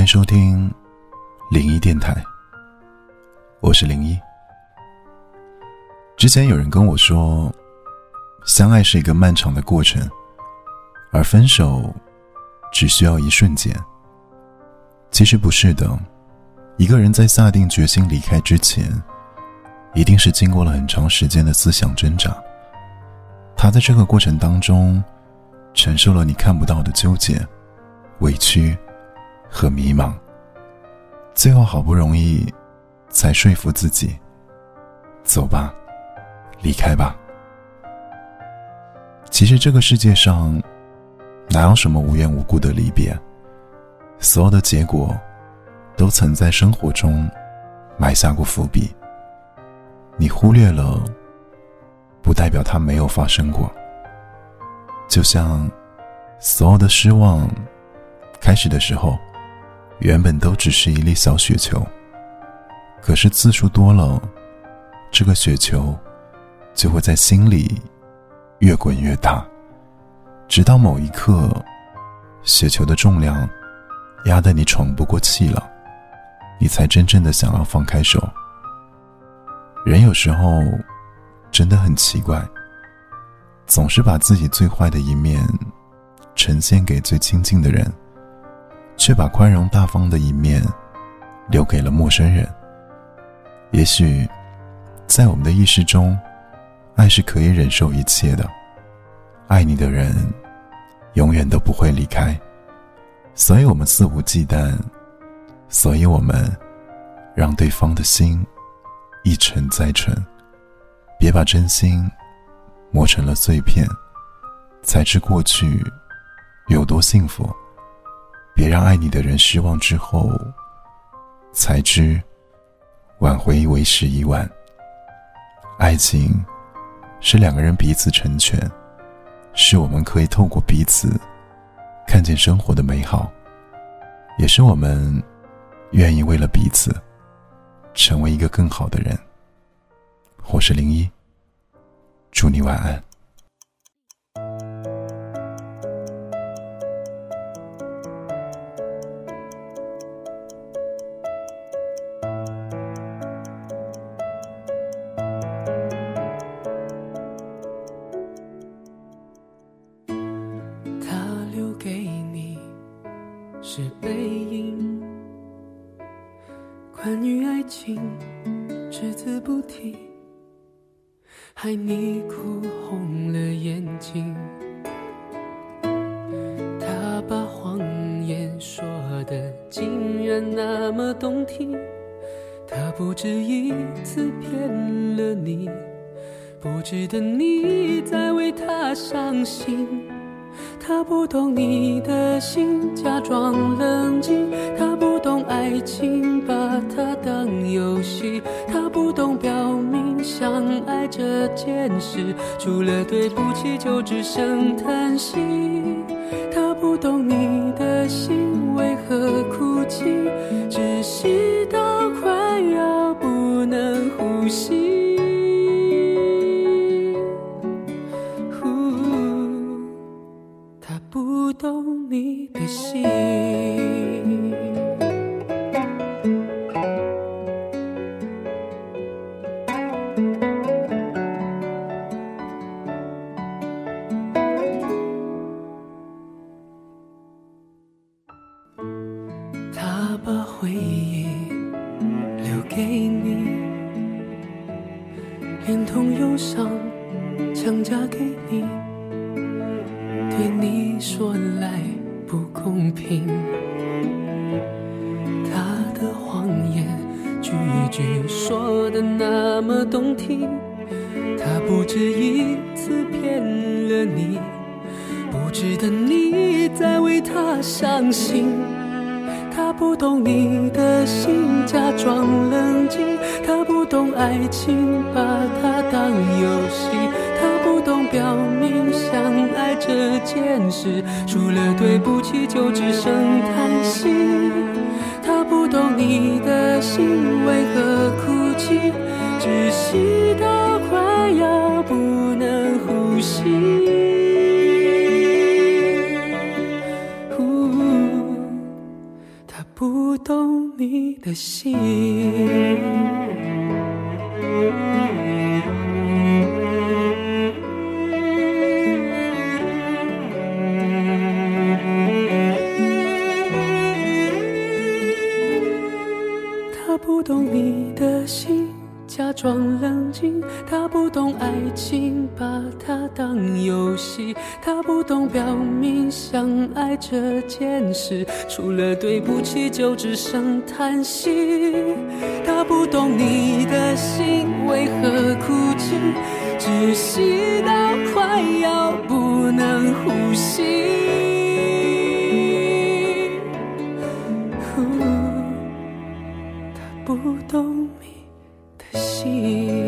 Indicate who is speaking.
Speaker 1: 欢迎收听零一电台，我是零一。之前有人跟我说，相爱是一个漫长的过程，而分手只需要一瞬间。其实不是的，一个人在下定决心离开之前，一定是经过了很长时间的思想挣扎。他在这个过程当中承受了你看不到的纠结、委屈和迷茫，最后好不容易才说服自己，走吧，离开吧。其实这个世界上哪有什么无缘无故的离别，所有的结果都曾在生活中埋下过伏笔，你忽略了不代表它没有发生过。就像所有的失望开始的时候原本都只是一粒小雪球，可是次数多了，这个雪球就会在心里越滚越大，直到某一刻，雪球的重量压得你喘不过气了，你才真正的想要放开手。人有时候真的很奇怪，总是把自己最坏的一面呈现给最亲近的人，却把宽容大方的一面留给了陌生人。也许在我们的意识中，爱是可以忍受一切的，爱你的人永远都不会离开，所以我们肆无忌惮，所以我们让对方的心一沉再沉，别把真心磨成了碎片，才知过去有多幸福。别让爱你的人失望之后，才知挽回为时已晚。爱情是两个人彼此成全，是我们可以透过彼此看见生活的美好，也是我们愿意为了彼此成为一个更好的人。我是零一，祝你晚安。
Speaker 2: 给你是背影，关于爱情只字不提，害你哭红了眼睛。他把谎言说得竟然那么动听，他不止一次骗了你，不值得你再为他伤心。他不懂你的心，假装冷静，他不懂爱情，把它当游戏，他不懂表明相爱这件事，除了对不起就只剩叹息。他不懂你的心为何哭泣，窒息到快要不能呼吸。不懂你的心，他把回忆留给你，连同忧伤强加给你，对你说来不公平，他的谎言句句说得那么动听，他不止一次骗了你，不值得你再为他伤心。他不懂你的心，假装冷静，他不懂爱情，把它当游戏，他不懂表明相爱这件事，除了对不起就只剩叹息。他不懂你的心为何哭泣，窒息到快要不能呼吸。他他不懂你的心。他不懂你的心，假装冷静，他不懂爱情，把它当游戏，他不懂表明相爱这件事，除了对不起就只剩叹息。他不懂你的心为何哭泣，窒息到快要不能呼吸。他不懂你的心。